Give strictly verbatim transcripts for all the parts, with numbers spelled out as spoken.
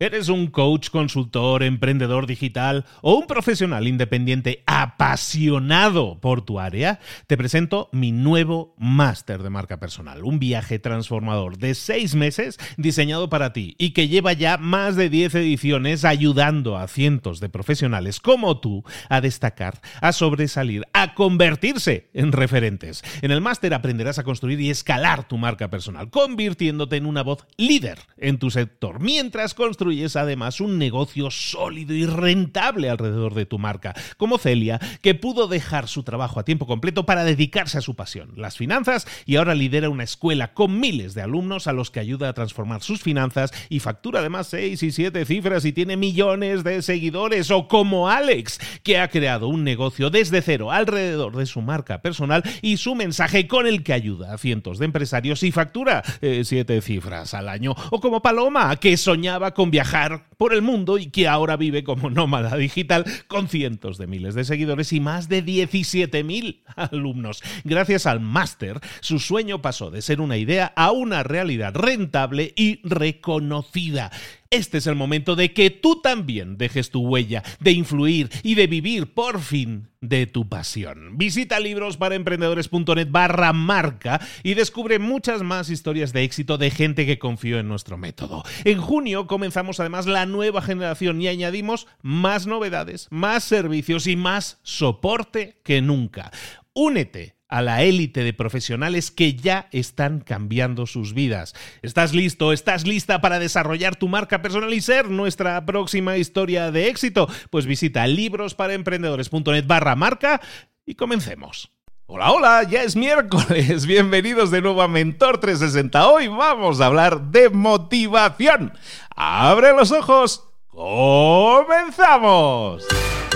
¿Eres un coach, consultor, emprendedor digital o un profesional independiente apasionado por tu área? Te presento mi nuevo máster de marca personal, un viaje transformador de seis meses diseñado para ti y que lleva ya más de diez ediciones ayudando a cientos de profesionales como tú a destacar, a sobresalir, a convertirse en referentes. En el máster aprenderás a construir y escalar tu marca personal, convirtiéndote en una voz líder en tu sector, mientras construyes es además un negocio sólido y rentable alrededor de tu marca, como Celia, que pudo dejar su trabajo a tiempo completo para dedicarse a su pasión, las finanzas, y ahora lidera una escuela con miles de alumnos a los que ayuda a transformar sus finanzas y factura además seis y siete cifras y tiene millones de seguidores. O como Alex, que ha creado un negocio desde cero alrededor de su marca personal y su mensaje, con el que ayuda a cientos de empresarios y factura eh, siete cifras al año. O como Paloma, que soñaba con viajar por el mundo y que ahora vive como nómada digital con cientos de miles de seguidores y más de diecisiete mil alumnos. Gracias al máster, su sueño pasó de ser una idea a una realidad rentable y reconocida. Este es el momento de que tú también dejes tu huella, de influir y de vivir por fin de tu pasión. Visita librosparaemprendedores.net barra marca y descubre muchas más historias de éxito de gente que confió en nuestro método. En junio comenzamos además la nueva generación y añadimos más novedades, más servicios y más soporte que nunca. Únete a la élite de profesionales que ya están cambiando sus vidas. ¿Estás listo? ¿Estás lista para desarrollar tu marca personal y ser nuestra próxima historia de éxito? Pues visita librosparaemprendedores.net barra marca y comencemos. Hola, hola, ya es miércoles. Bienvenidos de nuevo a Mentor trescientos sesenta. Hoy vamos a hablar de motivación. ¡Abre los ojos! ¡Comenzamos!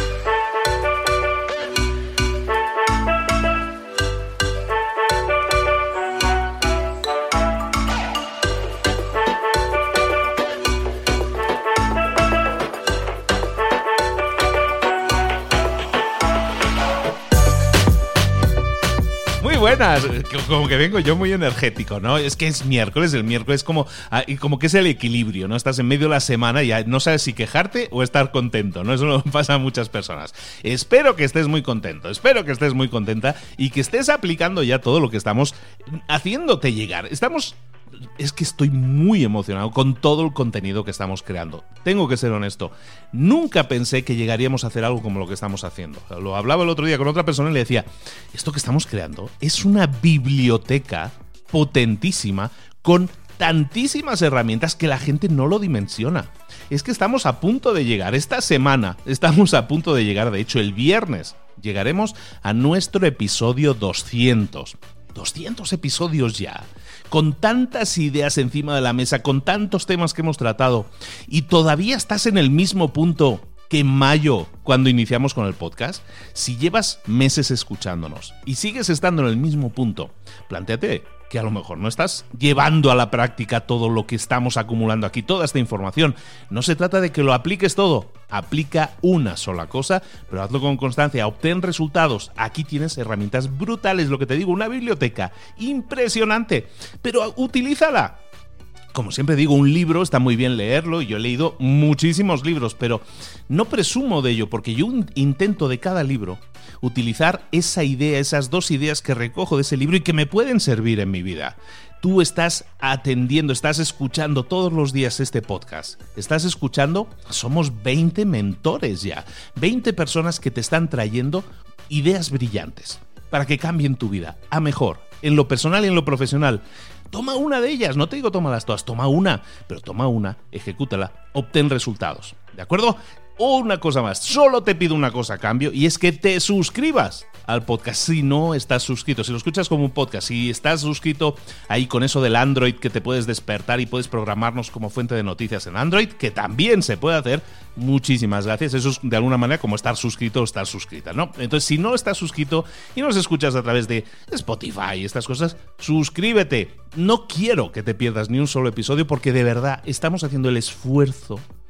Buenas, como que vengo yo muy energético, ¿no? Es que es miércoles, el miércoles como, como que es el equilibrio, ¿no? Estás en medio de la semana y ya no sabes si quejarte o estar contento, ¿no? Eso lo pasa a muchas personas. Espero que estés muy contento, espero que estés muy contenta y que estés aplicando ya todo lo que estamos haciéndote llegar. Estamos... Es que estoy muy emocionado con todo el contenido que estamos creando. Tengo que ser honesto. Nunca pensé que llegaríamos a hacer algo como lo que estamos haciendo. Lo hablaba el otro día con otra persona y le decía, esto que estamos creando es una biblioteca potentísima con tantísimas herramientas que la gente no lo dimensiona. Es que estamos a punto de llegar. Esta semana estamos a punto de llegar. De hecho, el viernes llegaremos a nuestro episodio doscientos. doscientos episodios ya, con tantas ideas encima de la mesa, con tantos temas que hemos tratado, y todavía estás en el mismo punto que en mayo, cuando iniciamos con el podcast. Si llevas meses escuchándonos y sigues estando en el mismo punto, plantéate que a lo mejor no estás llevando a la práctica todo lo que estamos acumulando aquí, toda esta información. No se trata de que lo apliques todo, aplica una sola cosa, pero hazlo con constancia, obtén resultados. Aquí tienes herramientas brutales, lo que te digo, una biblioteca impresionante, pero utilízala. Como siempre digo, un libro está muy bien leerlo, y yo he leído muchísimos libros, pero no presumo de ello, porque yo intento de cada libro utilizar esa idea, esas dos ideas que recojo de ese libro y que me pueden servir en mi vida. Tú estás atendiendo, estás escuchando todos los días este podcast. Estás escuchando, somos veinte mentores ya, veinte personas que te están trayendo ideas brillantes para que cambien tu vida a mejor, en lo personal y en lo profesional. Toma una de ellas, no te digo tómalas todas, toma una, pero toma una, ejecútala, obtén resultados, ¿de acuerdo? Una cosa más, solo te pido una cosa a cambio, y es que te suscribas al podcast si no estás suscrito. Si lo escuchas como un podcast, si estás suscrito ahí con eso del Android, que te puedes despertar y puedes programarnos como fuente de noticias en Android, que también se puede hacer, muchísimas gracias. Eso es de alguna manera como estar suscrito o estar suscrita, ¿no? Entonces, si no estás suscrito y nos escuchas a través de Spotify y estas cosas, suscríbete. No quiero que te pierdas ni un solo episodio, porque de verdad estamos haciendo el esfuerzo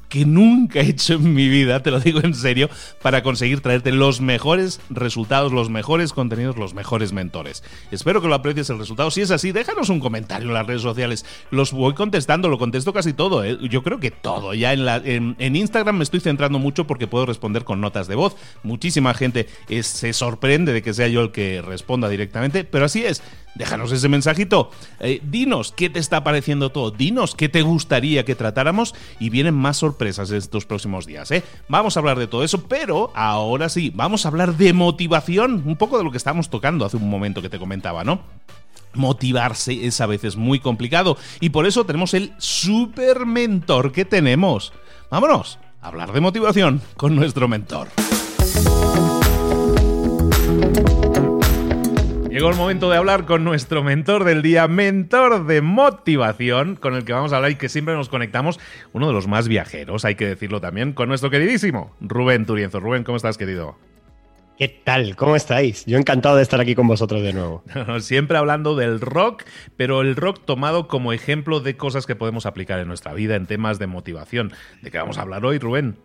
que nunca he hecho en mi vida, te lo digo en serio, para conseguir traerte los mejores resultados, los mejores contenidos, los mejores mentores. Espero que lo aprecies el resultado. Si es así, déjanos un comentario en las redes sociales. Los voy contestando, lo contesto casi todo, ¿eh? Yo creo que todo. Ya en, la, en, en Instagram me estoy centrando mucho porque puedo responder con notas de voz. Muchísima gente es, se sorprende de que sea yo el que responda directamente, pero así es. Déjanos ese mensajito. Eh, dinos qué te está pareciendo todo. Dinos qué te gustaría que tratáramos y vienen más sorpresas estos próximos días, ¿eh? Vamos a hablar de todo eso, pero ahora sí, vamos a hablar de motivación. Un poco de lo que estábamos tocando hace un momento que te comentaba, ¿no? Motivarse es a veces muy complicado y por eso tenemos el super mentor que tenemos. Vámonos a hablar de motivación con nuestro mentor. Llegó el momento de hablar con nuestro mentor del día, mentor de motivación, con el que vamos a hablar y que siempre nos conectamos, uno de los más viajeros, hay que decirlo también, con nuestro queridísimo Rubén Turienzo. Rubén, ¿cómo estás, querido? ¿Qué tal? ¿Cómo estáis? Yo encantado de estar aquí con vosotros de nuevo. Siempre hablando del rock, pero el rock tomado como ejemplo de cosas que podemos aplicar en nuestra vida en temas de motivación. ¿De qué vamos a hablar hoy, Rubén?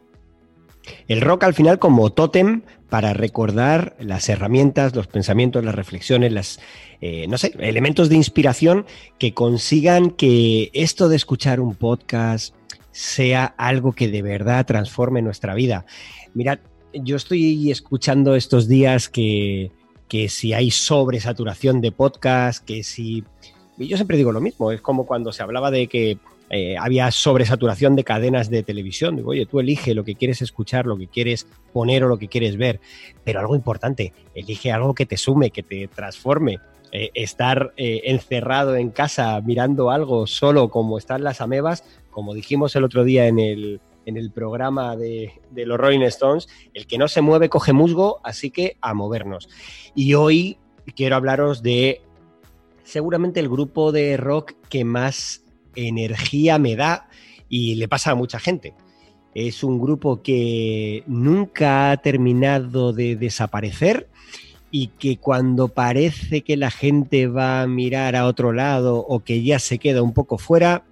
El rock al final como tótem para recordar las herramientas, los pensamientos, las reflexiones, las, eh, no sé, elementos de inspiración que consigan que esto de escuchar un podcast sea algo que de verdad transforme nuestra vida. Mirad, yo estoy escuchando estos días que, que si hay sobresaturación de podcast, que si... Y yo siempre digo lo mismo, es como cuando se hablaba de que Eh, había sobresaturación de cadenas de televisión. Digo, oye, tú elige lo que quieres escuchar, lo que quieres poner o lo que quieres ver, pero algo importante, elige algo que te sume, que te transforme. Eh, estar eh, encerrado en casa mirando algo solo como están las amebas, como dijimos el otro día en el, en el programa de, de los Rolling Stones, el que no se mueve coge musgo, así que a movernos. Y hoy quiero hablaros de seguramente el grupo de rock que más energía me da y le pasa a mucha gente. Es un grupo que nunca ha terminado de desaparecer y que cuando parece que la gente va a mirar a otro lado o que ya se queda un poco fuera,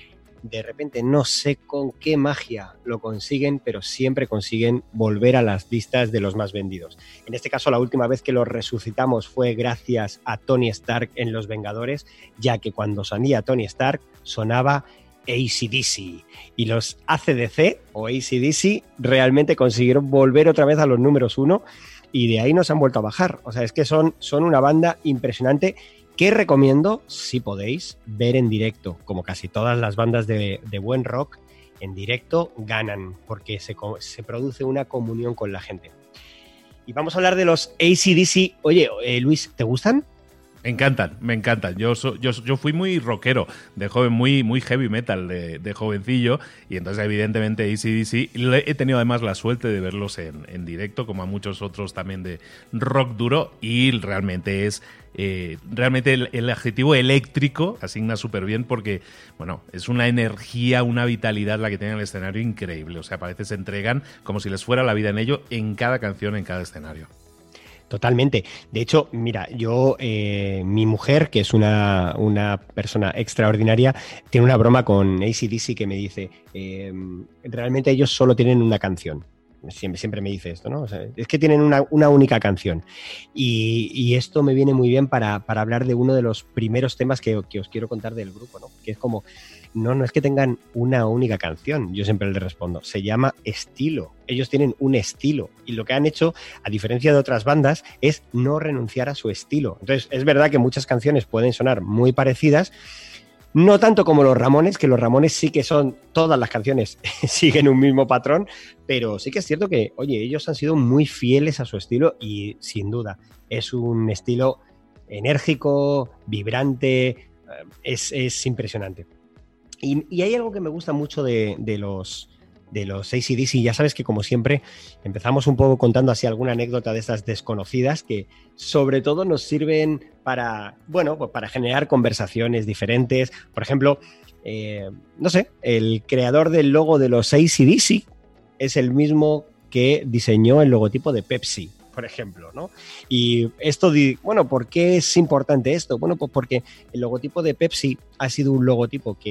de repente no sé con qué magia lo consiguen, pero siempre consiguen volver a las listas de los más vendidos. En este caso, la última vez que los resucitamos fue gracias a Tony Stark en Los Vengadores, ya que cuando sonía Tony Stark sonaba A C D C y los A C D C o A C D C realmente consiguieron volver otra vez a los números uno y de ahí no se han vuelto a bajar. O sea, es que son, son una banda impresionante que recomiendo, si podéis, ver en directo. Como casi todas las bandas de, de buen rock, en directo ganan, porque se, se produce una comunión con la gente. Y vamos a hablar de los A C D C. Oye, eh, Luis, ¿te gustan? Me encantan, me encantan. Yo, so, yo, yo fui muy rockero de joven, muy, muy heavy metal de, de jovencillo, y entonces evidentemente A C D C he tenido además la suerte de verlos en, en directo, como a muchos otros también de rock duro, y realmente es eh, realmente el, el adjetivo eléctrico asigna súper bien porque, bueno, es una energía, una vitalidad la que tienen en el escenario increíble. O sea, parece que se entregan como si les fuera la vida en ello en cada canción, en cada escenario. Totalmente. De hecho, mira, yo, eh, mi mujer, que es una, una persona extraordinaria, tiene una broma con A C D C que me dice, eh, realmente ellos solo tienen una canción. Siempre, siempre me dice esto, ¿no? O sea, es que tienen una, una única canción. Y, y esto me viene muy bien para, para hablar de uno de los primeros temas que, que os quiero contar del grupo, ¿no? Que es como, no, no es que tengan una única canción, yo siempre les respondo, se llama estilo. Ellos tienen un estilo y lo que han hecho, a diferencia de otras bandas, es no renunciar a su estilo. Entonces, es verdad que muchas canciones pueden sonar muy parecidas, no tanto como los Ramones, que los Ramones sí que son, todas las canciones siguen un mismo patrón, pero sí que es cierto que, oye, ellos han sido muy fieles a su estilo y sin duda es un estilo enérgico, vibrante, es, es impresionante. Y, y hay algo que me gusta mucho de, de los... de los A C D C, ya sabes que como siempre empezamos un poco contando así alguna anécdota de estas desconocidas que sobre todo nos sirven para, bueno, pues para generar conversaciones diferentes. Por ejemplo, eh, no sé, el creador del logo de los A C D C es el mismo que diseñó el logotipo de Pepsi, por ejemplo, ¿no? Y esto, bueno, ¿por qué es importante esto? Bueno, pues porque el logotipo de Pepsi ha sido un logotipo que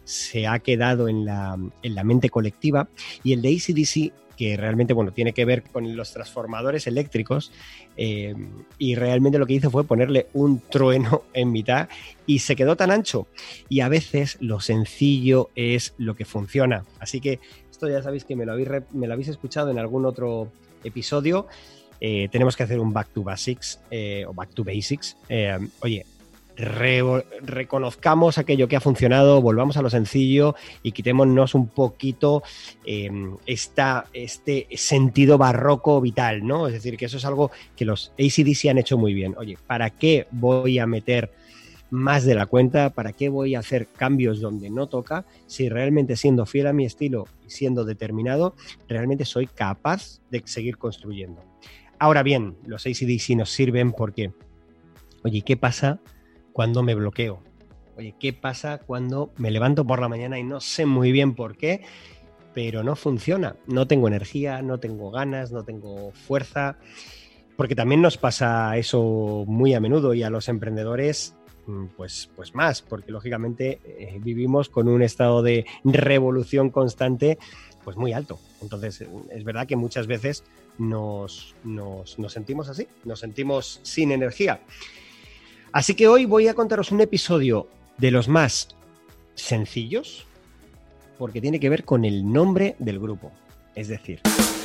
se ha quedado en la, en la mente colectiva, y el de A C D C, que realmente, bueno, tiene que ver con los transformadores eléctricos, eh, y realmente lo que hizo fue ponerle un trueno en mitad y se quedó tan ancho. Y a veces lo sencillo es lo que funciona. Así que esto ya sabéis que me lo habéis, me lo habéis escuchado en algún otro episodio. Eh, tenemos que hacer un back to basics eh, o back to basics. Eh, oye, Re, reconozcamos aquello que ha funcionado, volvamos a lo sencillo y quitémonos un poquito eh, esta, este sentido barroco vital, ¿no? Es decir, que eso es algo que los A C D C han hecho muy bien. Oye, ¿para qué voy a meter más de la cuenta? ¿Para qué voy a hacer cambios donde no toca? Si realmente, siendo fiel a mi estilo y siendo determinado, realmente soy capaz de seguir construyendo. Ahora bien, los A C D C nos sirven porque, oye, ¿qué pasa cuando me bloqueo? Oye, ¿qué pasa cuando me levanto por la mañana y no sé muy bien por qué, pero no funciona? No tengo energía, no tengo ganas, no tengo fuerza, porque también nos pasa eso muy a menudo, y a los emprendedores pues, pues más, porque lógicamente eh, vivimos con un estado de revolución constante pues muy alto. Entonces es verdad que muchas veces nos, nos, nos sentimos así, nos sentimos sin energía. Así que hoy voy a contaros un episodio de los más sencillos, porque tiene que ver con el nombre del grupo. Es decir,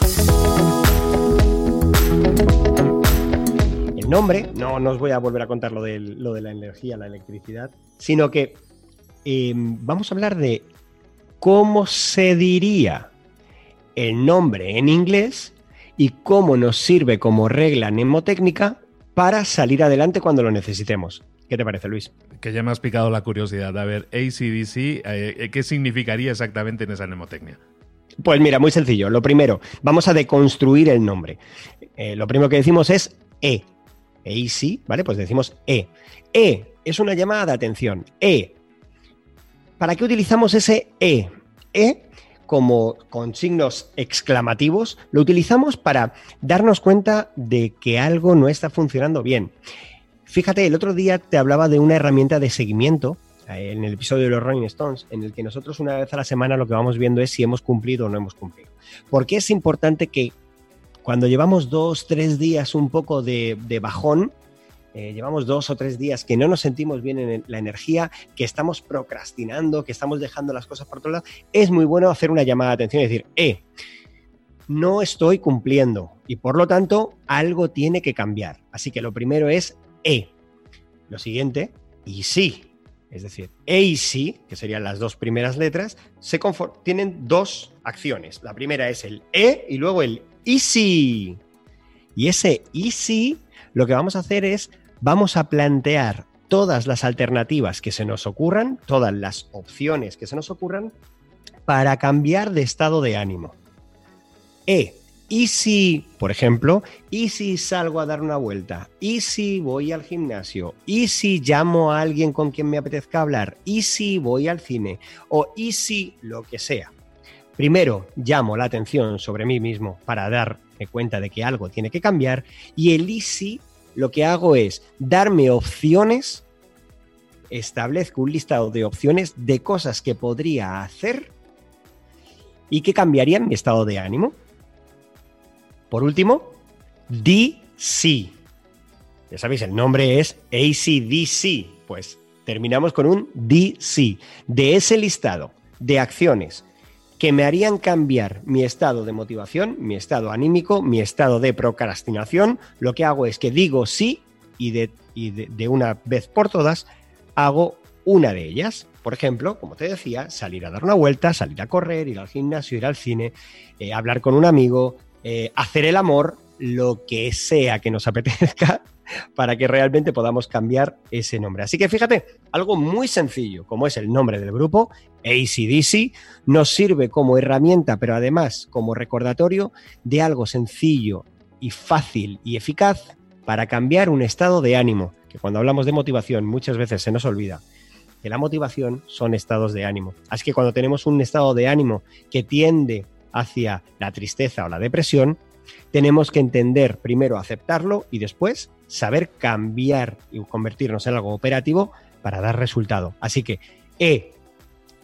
el nombre, no, no os voy a volver a contar lo de, lo de la energía, la electricidad, sino que eh, vamos a hablar de cómo se diría el nombre en inglés y cómo nos sirve como regla mnemotécnica para salir adelante cuando lo necesitemos. ¿Qué te parece, Luis? Que ya me has picado la curiosidad. A ver, A C D C, eh, ¿qué significaría exactamente en esa mnemotecnia? Pues mira, muy sencillo. Lo primero, vamos a deconstruir el nombre. Eh, lo primero que decimos es E. A C, ¿vale? Pues decimos E. E es una llamada de atención. E. ¿Para qué utilizamos ese E? E, como con signos exclamativos, lo utilizamos para darnos cuenta de que algo no está funcionando bien. Fíjate, el otro día te hablaba de una herramienta de seguimiento eh, en el episodio de los Rolling Stones, en el que nosotros una vez a la semana lo que vamos viendo es si hemos cumplido o no hemos cumplido. Porque es importante que cuando llevamos dos, tres días un poco de, de bajón, Eh, llevamos dos o tres días que no nos sentimos bien en la energía, que estamos procrastinando, que estamos dejando las cosas por otro lado, es muy bueno hacer una llamada de atención y decir, eh, no estoy cumpliendo y por lo tanto algo tiene que cambiar. Así que lo primero es E. Lo siguiente, y sí. Es decir, E y sí, que serían las dos primeras letras, se conform- tienen dos acciones. La primera es el E y luego el y sí. Y ese y sí, lo que vamos a hacer es, vamos a plantear todas las alternativas que se nos ocurran, todas las opciones que se nos ocurran, para cambiar de estado de ánimo. E. ¿Y si, por ejemplo, y si salgo a dar una vuelta? ¿Y si voy al gimnasio? ¿Y si llamo a alguien con quien me apetezca hablar? ¿Y si voy al cine? O ¿y si lo que sea? Primero, llamo la atención sobre mí mismo para darme cuenta de que algo tiene que cambiar, y el ¿y si lo que hago es darme opciones, establezco un listado de opciones de cosas que podría hacer y que cambiarían mi estado de ánimo. Por último, D C. Ya sabéis, el nombre es A C D C. Pues terminamos con un D C. De ese listado de acciones que me harían cambiar mi estado de motivación, mi estado anímico, mi estado de procrastinación, lo que hago es que digo sí y de, y de, de una vez por todas hago una de ellas. Por ejemplo, como te decía, salir a dar una vuelta, salir a correr, ir al gimnasio, ir al cine, eh, hablar con un amigo, eh, hacer el amor, lo que sea que nos apetezca, para que realmente podamos cambiar ese nombre. Así que fíjate, algo muy sencillo, como es el nombre del grupo, A C D C, nos sirve como herramienta, pero además como recordatorio de algo sencillo y fácil y eficaz para cambiar un estado de ánimo, que cuando hablamos de motivación muchas veces se nos olvida que la motivación son estados de ánimo. Así que cuando tenemos un estado de ánimo que tiende hacia la tristeza o la depresión, tenemos que entender primero aceptarlo y después saber cambiar y convertirnos en algo operativo para dar resultado. Así que E,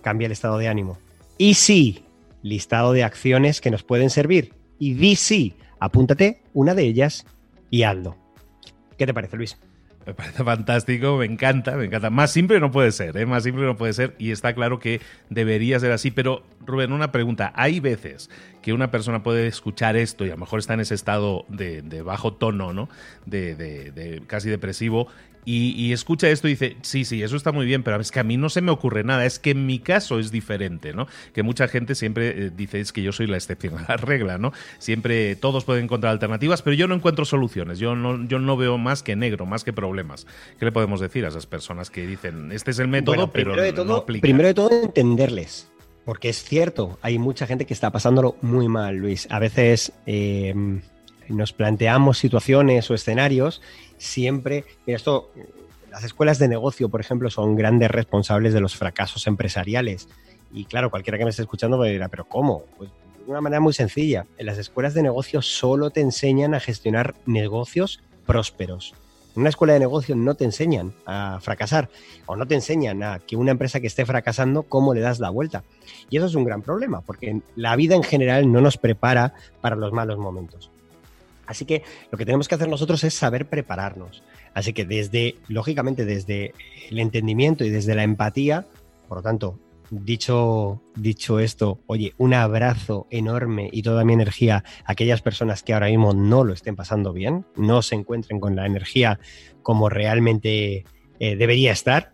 cambia el estado de ánimo. Y sí, listado de acciones que nos pueden servir. Y di sí, apúntate una de ellas y hazlo. ¿Qué te parece, Luis? Me parece fantástico, me encanta, me encanta. Más simple no puede ser, ¿eh? Más simple no puede ser y está claro que debería ser así. Pero, Rubén, una pregunta. Hay veces que una persona puede escuchar esto y a lo mejor está en ese estado de, de bajo tono, ¿no? De, de, de casi depresivo y, y escucha esto y dice, sí, sí, eso está muy bien, pero es que a mí no se me ocurre nada. Es que en mi caso es diferente, ¿no? Que mucha gente siempre eh, dice, es que yo soy la excepción a la regla, ¿no? Siempre todos pueden encontrar alternativas, pero yo no encuentro soluciones. Yo no, yo no veo más que negro, más que problemas. ¿Qué le podemos decir a esas personas que dicen, este es el método, bueno, pero de todo, no aplica? Primero de todo, entenderles. Porque es cierto, hay mucha gente que está pasándolo muy mal, Luis. A veces eh, nos planteamos situaciones o escenarios siempre... Mira, esto, las escuelas de negocio, por ejemplo, son grandes responsables de los fracasos empresariales. Y claro, cualquiera que me esté escuchando me dirá, ¿pero cómo? Pues de una manera muy sencilla. En las escuelas de negocio solo te enseñan a gestionar negocios prósperos. En una escuela de negocios no te enseñan a fracasar o no te enseñan a que una empresa que esté fracasando, cómo le das la vuelta. Y eso es un gran problema, porque la vida en general no nos prepara para los malos momentos. Así que lo que tenemos que hacer nosotros es saber prepararnos. Así que desde, lógicamente, desde el entendimiento y desde la empatía, por lo tanto, Dicho, dicho esto, oye, un abrazo enorme y toda mi energía a aquellas personas que ahora mismo no lo estén pasando bien, no se encuentren con la energía como realmente eh, debería estar.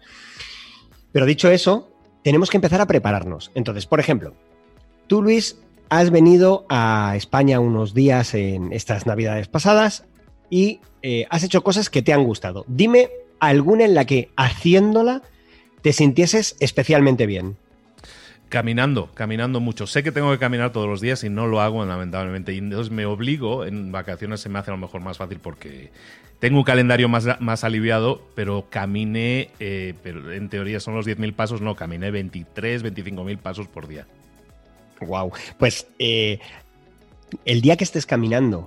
Pero dicho eso, tenemos que empezar a prepararnos. Entonces, por ejemplo, tú, Luis, has venido a España unos días en estas navidades pasadas y eh, has hecho cosas que te han gustado. Dime alguna en la que haciéndola te sintieses especialmente bien. Caminando, caminando mucho. Sé que tengo que caminar todos los días y no lo hago, lamentablemente. Y entonces me obligo, en vacaciones se me hace a lo mejor más fácil porque tengo un calendario más, más aliviado, pero caminé, eh, pero en teoría son los diez mil pasos, no, caminé veintitrés, veinticinco mil pasos por día. Wow. Pues eh, el día que estés caminando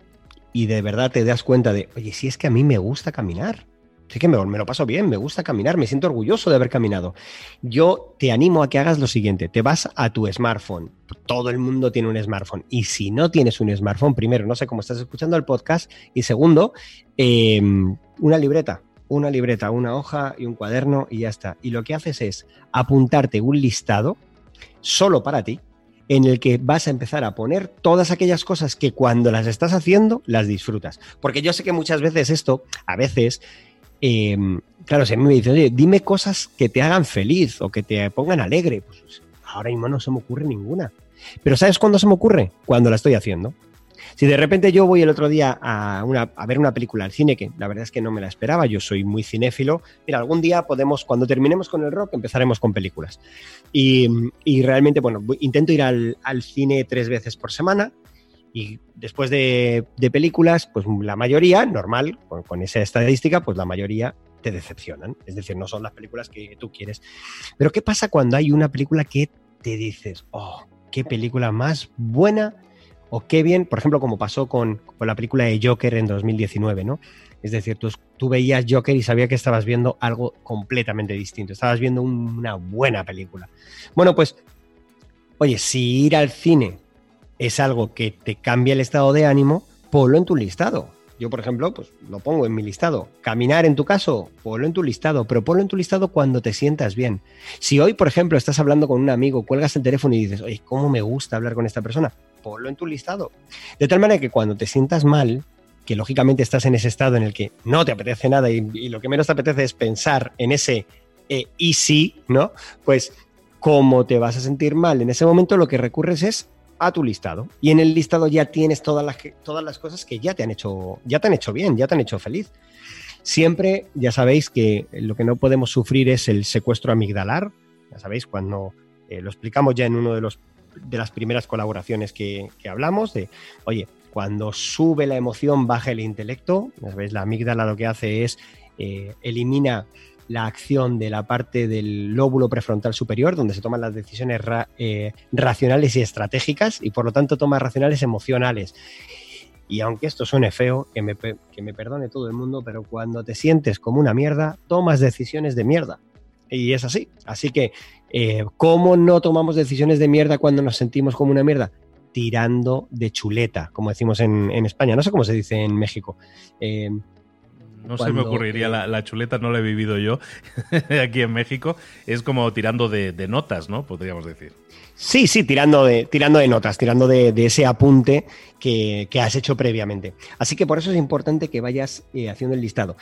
y de verdad te das cuenta de, oye, si es que a mí me gusta caminar. Sí que me, me lo paso bien, me gusta caminar, me siento orgulloso de haber caminado. Yo te animo a que hagas lo siguiente, te vas a tu smartphone, todo el mundo tiene un smartphone y si no tienes un smartphone, primero, no sé cómo estás escuchando el podcast y segundo, eh, una libreta, una libreta, una hoja y un cuaderno y ya está. Y lo que haces es apuntarte un listado solo para ti en el que vas a empezar a poner todas aquellas cosas que cuando las estás haciendo las disfrutas. Porque yo sé que muchas veces esto, a veces... Eh, claro, si a mí me dicen, oye, dime cosas que te hagan feliz o que te pongan alegre, pues ahora mismo no se me ocurre ninguna. Pero ¿sabes cuándo se me ocurre? Cuando la estoy haciendo. Si de repente yo voy el otro día a, una, a ver una película al cine, que la verdad es que no me la esperaba, yo soy muy cinéfilo, mira, algún día podemos, cuando terminemos con el rock, empezaremos con películas. Y, y realmente, bueno, intento ir al, al cine tres veces por semana. Y después de, de películas, pues la mayoría, normal, con, con esa estadística, pues la mayoría te decepcionan. Es decir, no son las películas que tú quieres. Pero ¿qué pasa cuando hay una película que te dices, oh, qué película más buena o qué bien? Por ejemplo, como pasó con, con la película de Joker en dos mil diecinueve, ¿no? Es decir, tú, tú veías Joker y sabías que estabas viendo algo completamente distinto. Estabas viendo un, una buena película. Bueno, pues, oye, si ir al cine es algo que te cambia el estado de ánimo, ponlo en tu listado. Yo, por ejemplo, pues lo pongo en mi listado. Caminar, en tu caso, ponlo en tu listado, pero ponlo en tu listado cuando te sientas bien. Si hoy, por ejemplo, estás hablando con un amigo, cuelgas el teléfono y dices, oye, ¿cómo me gusta hablar con esta persona? Ponlo en tu listado. De tal manera que cuando te sientas mal, que lógicamente estás en ese estado en el que no te apetece nada y, y lo que menos te apetece es pensar en ese eh, y sí, ¿no? Pues como te vas a sentir mal en ese momento, lo que recurres es a tu listado y en el listado ya tienes todas las, todas las cosas que ya te han hecho, ya te han hecho bien, ya te han hecho feliz. Siempre, ya sabéis que lo que no podemos sufrir es el secuestro amigdalar, ya sabéis, cuando eh, lo explicamos ya en uno de los de las primeras colaboraciones que, que hablamos, de, oye, cuando sube la emoción, baja el intelecto, ya sabéis, la amígdala lo que hace es eh, elimina la acción de la parte del lóbulo prefrontal superior, donde se toman las decisiones ra eh, racionales y estratégicas, y por lo tanto toma racionales emocionales. Y aunque esto suene feo, que me, que me perdone todo el mundo, pero cuando te sientes como una mierda, tomas decisiones de mierda. Y es así. Así que Eh, ¿Cómo no tomamos decisiones de mierda cuando nos sentimos como una mierda? Tirando de chuleta, como decimos en, en España. No sé cómo se dice en México. Eh, No Cuando, se me ocurriría, eh, la, la chuleta no la he vivido yo aquí en México. Es como tirando de, de notas, ¿no? Podríamos decir. Sí, sí, tirando de, tirando de notas, tirando de, de ese apunte que, que has hecho previamente. Así que por eso es importante que vayas eh, haciendo el listado.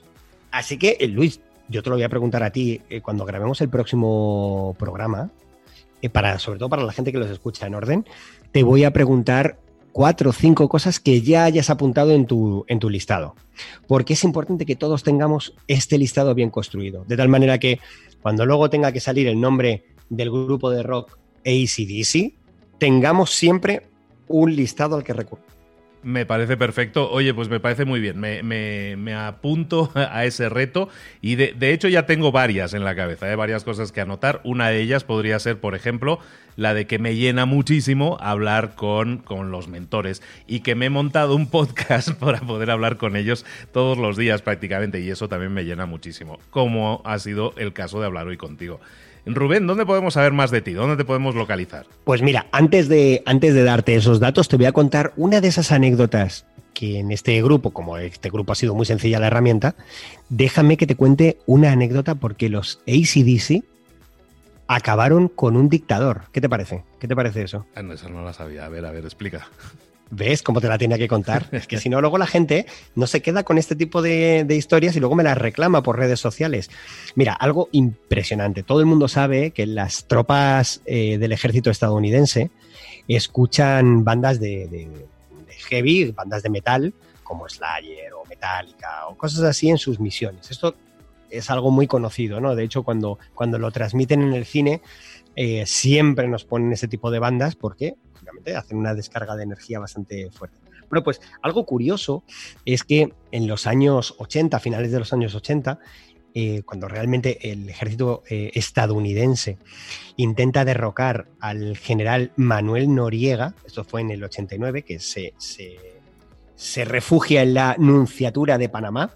Así que, eh, Luis, yo te lo voy a preguntar a ti eh, cuando grabemos el próximo programa, eh, para, sobre todo para la gente que los escucha en orden, te voy a preguntar cuatro o cinco cosas que ya hayas apuntado en tu, en tu listado. Porque es importante que todos tengamos este listado bien construido. De tal manera que cuando luego tenga que salir el nombre del grupo de rock A C D C, tengamos siempre un listado al que recurrir. Me parece perfecto. Oye, pues me parece muy bien. Me, me, me apunto a ese reto y de, de hecho ya tengo varias en la cabeza, ¿eh? Varias cosas que anotar. Una de ellas podría ser, por ejemplo, la de que me llena muchísimo hablar con, con los mentores y que me he montado un podcast para poder hablar con ellos todos los días prácticamente, y eso también me llena muchísimo, como ha sido el caso de hablar hoy contigo. Rubén, ¿dónde podemos saber más de ti? ¿Dónde te podemos localizar? Pues mira, antes de, antes de darte esos datos, te voy a contar una de esas anécdotas que en este grupo, como este grupo ha sido muy sencilla la herramienta, déjame que te cuente una anécdota porque los A C D C acabaron con un dictador. ¿Qué te parece? ¿Qué te parece eso? Ah, no, eso no la sabía. A ver, a ver, explica. ¿Ves cómo te la tenía que contar? Es que si no, luego la gente no se queda con este tipo de, de historias y luego me las reclama por redes sociales. Mira, algo impresionante. Todo el mundo sabe que las tropas eh, del ejército estadounidense escuchan bandas de, de, de heavy, bandas de metal, como Slayer o Metallica o cosas así en sus misiones. Esto es algo muy conocido, ¿no? De hecho, cuando, cuando lo transmiten en el cine, eh, siempre nos ponen ese tipo de bandas porque hacen una descarga de energía bastante fuerte. Bueno, pues algo curioso es que en los años ochenta, finales de los años ochenta, eh, cuando realmente el ejército eh, estadounidense intenta derrocar al general Manuel Noriega, esto fue en el ochenta y nueve, que se, se, se refugia en la Nunciatura de Panamá,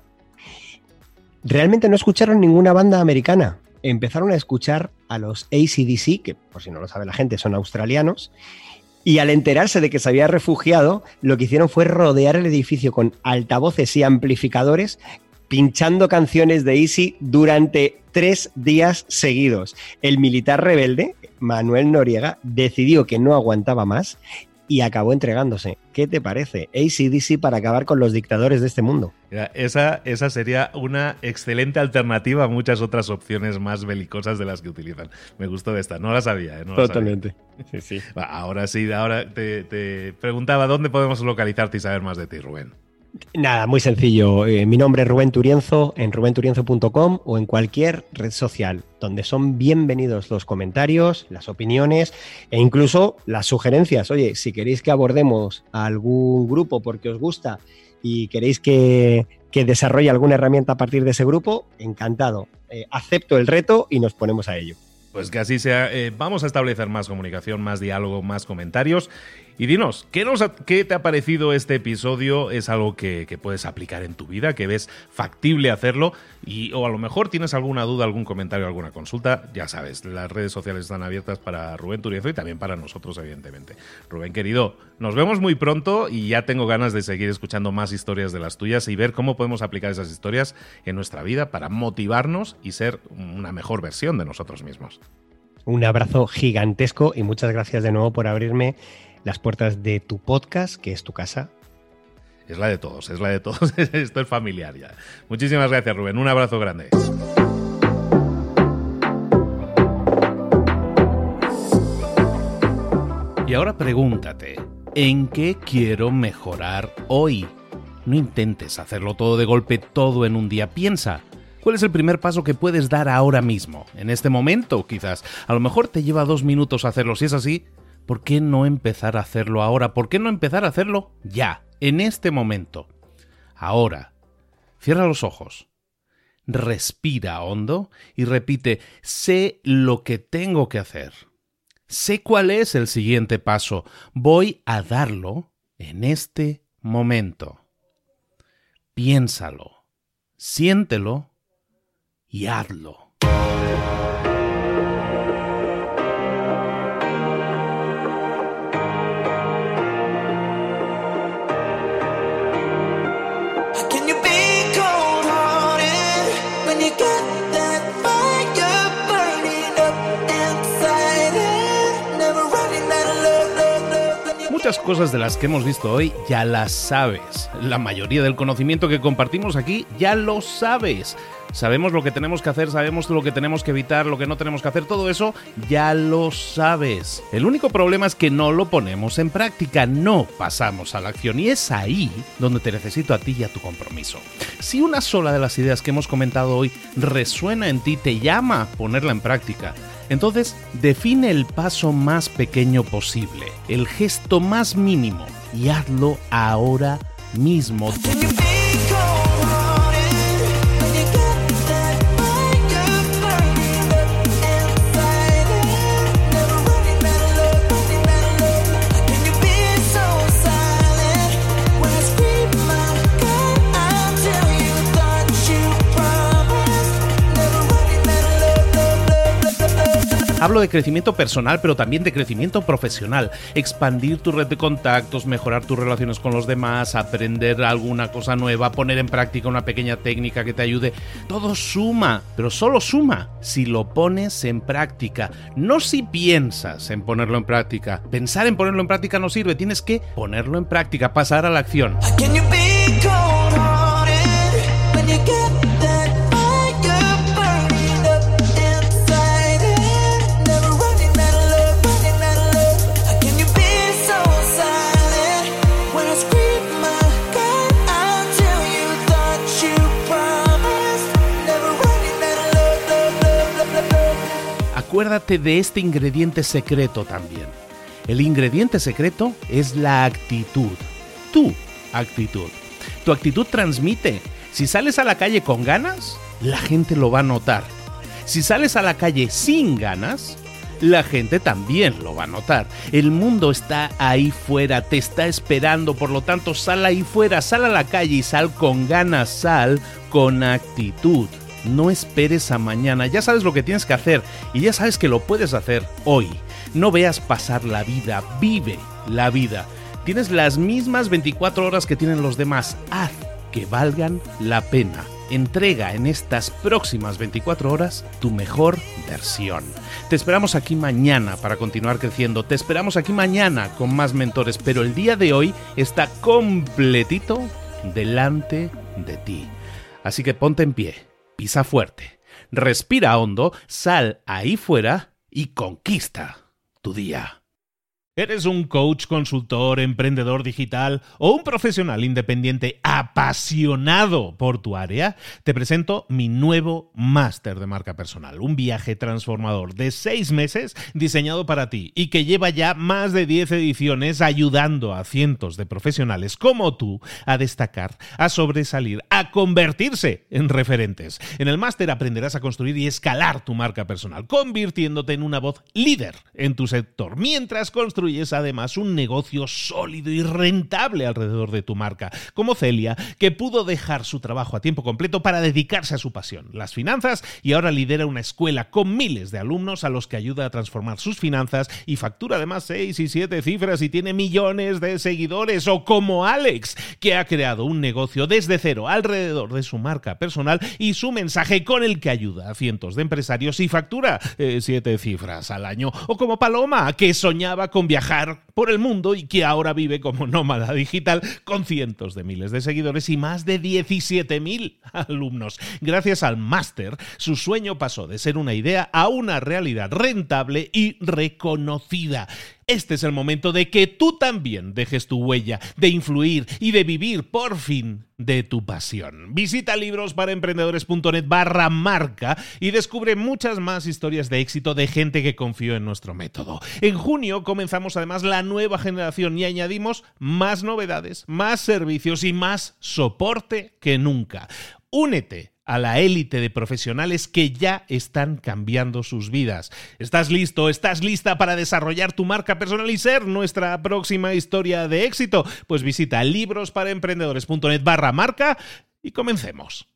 realmente no escucharon ninguna banda americana. Empezaron a escuchar a los A C D C, que por si no lo sabe la gente son australianos, y al enterarse de que se había refugiado, lo que hicieron fue rodear el edificio con altavoces y amplificadores, pinchando canciones de Easy durante tres días seguidos. El militar rebelde, Manuel Noriega, decidió que no aguantaba más y acabó entregándose. ¿Qué te parece? A C D C para acabar con los dictadores de este mundo. Mira, esa, esa sería una excelente alternativa a muchas otras opciones más belicosas de las que utilizan. Me gustó esta, no la sabía. ¿eh? No Totalmente. La sabía. Sí, sí. Ahora sí, ahora te, te preguntaba dónde podemos localizarte y saber más de ti, Rubén. Nada, muy sencillo. Eh, mi nombre es Rubén Turienzo, en rubén turienzo punto com o en cualquier red social, donde son bienvenidos los comentarios, las opiniones e incluso las sugerencias. Oye, si queréis que abordemos a algún grupo porque os gusta y queréis que, que desarrolle alguna herramienta a partir de ese grupo, encantado. Eh, acepto el reto y nos ponemos a ello. Pues que así sea. Eh, vamos a establecer más comunicación, más diálogo, más comentarios. Y dinos, ¿qué, nos ha, ¿qué te ha parecido este episodio? ¿Es algo que, que puedes aplicar en tu vida? ¿Que ves factible hacerlo? Y, o a lo mejor tienes alguna duda, algún comentario, alguna consulta. Ya sabes, las redes sociales están abiertas para Rubén Turienzo y también para nosotros, evidentemente. Rubén, querido, nos vemos muy pronto y ya tengo ganas de seguir escuchando más historias de las tuyas y ver cómo podemos aplicar esas historias en nuestra vida para motivarnos y ser una mejor versión de nosotros mismos. Un abrazo gigantesco y muchas gracias de nuevo por abrirme las puertas de tu podcast, que es tu casa. Es la de todos, es la de todos. Esto es familiar ya. Muchísimas gracias, Rubén. Un abrazo grande. Y ahora pregúntate, ¿en qué quiero mejorar hoy? No intentes hacerlo todo de golpe, todo en un día. Piensa. ¿Cuál es el primer paso que puedes dar ahora mismo? En este momento, quizás. A lo mejor te lleva dos minutos hacerlo. Si es así, ¿por qué no empezar a hacerlo ahora? ¿Por qué no empezar a hacerlo ya? En este momento. Ahora. Cierra los ojos. Respira hondo y repite, sé lo que tengo que hacer. Sé cuál es el siguiente paso. Voy a darlo en este momento. Piénsalo. Siéntelo. Y hazlo. Muchas cosas de las que hemos visto hoy ya las sabes. La mayoría del conocimiento que compartimos aquí ya lo sabes. Sabemos lo que tenemos que hacer, sabemos lo que tenemos que evitar, lo que no tenemos que hacer, todo eso ya lo sabes. El único problema es que no lo ponemos en práctica, no pasamos a la acción y es ahí donde te necesito a ti y a tu compromiso. Si una sola de las ideas que hemos comentado hoy resuena en ti, te llama a ponerla en práctica, entonces define el paso más pequeño posible, el gesto más mínimo y hazlo ahora mismo. Hablo de crecimiento personal, pero también de crecimiento profesional. Expandir tu red de contactos, mejorar tus relaciones con los demás, aprender alguna cosa nueva, poner en práctica una pequeña técnica que te ayude. Todo suma, pero solo suma si lo pones en práctica. No si piensas en ponerlo en práctica. Pensar en ponerlo en práctica no sirve. Tienes que ponerlo en práctica, pasar a la acción. Acuérdate de este ingrediente secreto también. El ingrediente secreto es la actitud. Tu actitud. Tu actitud transmite. Si sales a la calle con ganas, la gente lo va a notar. Si sales a la calle sin ganas, la gente también lo va a notar. El mundo está ahí fuera, te está esperando, por lo tanto sal ahí fuera, sal a la calle y sal con ganas, sal con actitud. No esperes a mañana, ya sabes lo que tienes que hacer y ya sabes que lo puedes hacer hoy. No veas pasar la vida, vive la vida. Tienes las mismas veinticuatro horas que tienen los demás, haz que valgan la pena. Entrega en estas próximas veinticuatro horas tu mejor versión. Te esperamos aquí mañana para continuar creciendo, te esperamos aquí mañana con más mentores, pero el día de hoy está completito delante de ti. Así que ponte en pie. Pisa fuerte, respira hondo, sal ahí fuera y conquista tu día. ¿Eres un coach, consultor, emprendedor digital o un profesional independiente apasionado por tu área? Te presento mi nuevo máster de marca personal, un viaje transformador de seis meses diseñado para ti y que lleva ya más de diez ediciones ayudando a cientos de profesionales como tú a destacar, a sobresalir, a convertirse en referentes. En el máster aprenderás a construir y escalar tu marca personal, convirtiéndote en una voz líder en tu sector, mientras construyes además un negocio sólido y rentable alrededor de tu marca, como Celia, que pudo dejar su trabajo a tiempo completo para dedicarse a su pasión, las finanzas, y ahora lidera una escuela con miles de alumnos a los que ayuda a transformar sus finanzas y factura además seis y siete cifras y tiene millones de seguidores, o como Alex, que ha creado un negocio desde cero alrededor de su marca personal y su mensaje con el que ayuda a cientos de empresarios y factura eh, siete cifras al año, o como Paloma, que soñaba con viajar por el mundo y que ahora vive como nómada digital con cientos de miles de seguidores y más de diecisiete mil alumnos. Gracias al máster, su sueño pasó de ser una idea a una realidad rentable y reconocida. Este es el momento de que tú también dejes tu huella, de influir y de vivir por fin de tu pasión. Visita librosparaemprendedores.net barra marca y descubre muchas más historias de éxito de gente que confió en nuestro método. En junio comenzamos además la nueva generación y añadimos más novedades, más servicios y más soporte que nunca. Únete a la élite de profesionales que ya están cambiando sus vidas. ¿Estás listo? ¿Estás lista para desarrollar tu marca personal y ser nuestra próxima historia de éxito? Pues visita librosparaemprendedores.net barra marca y comencemos.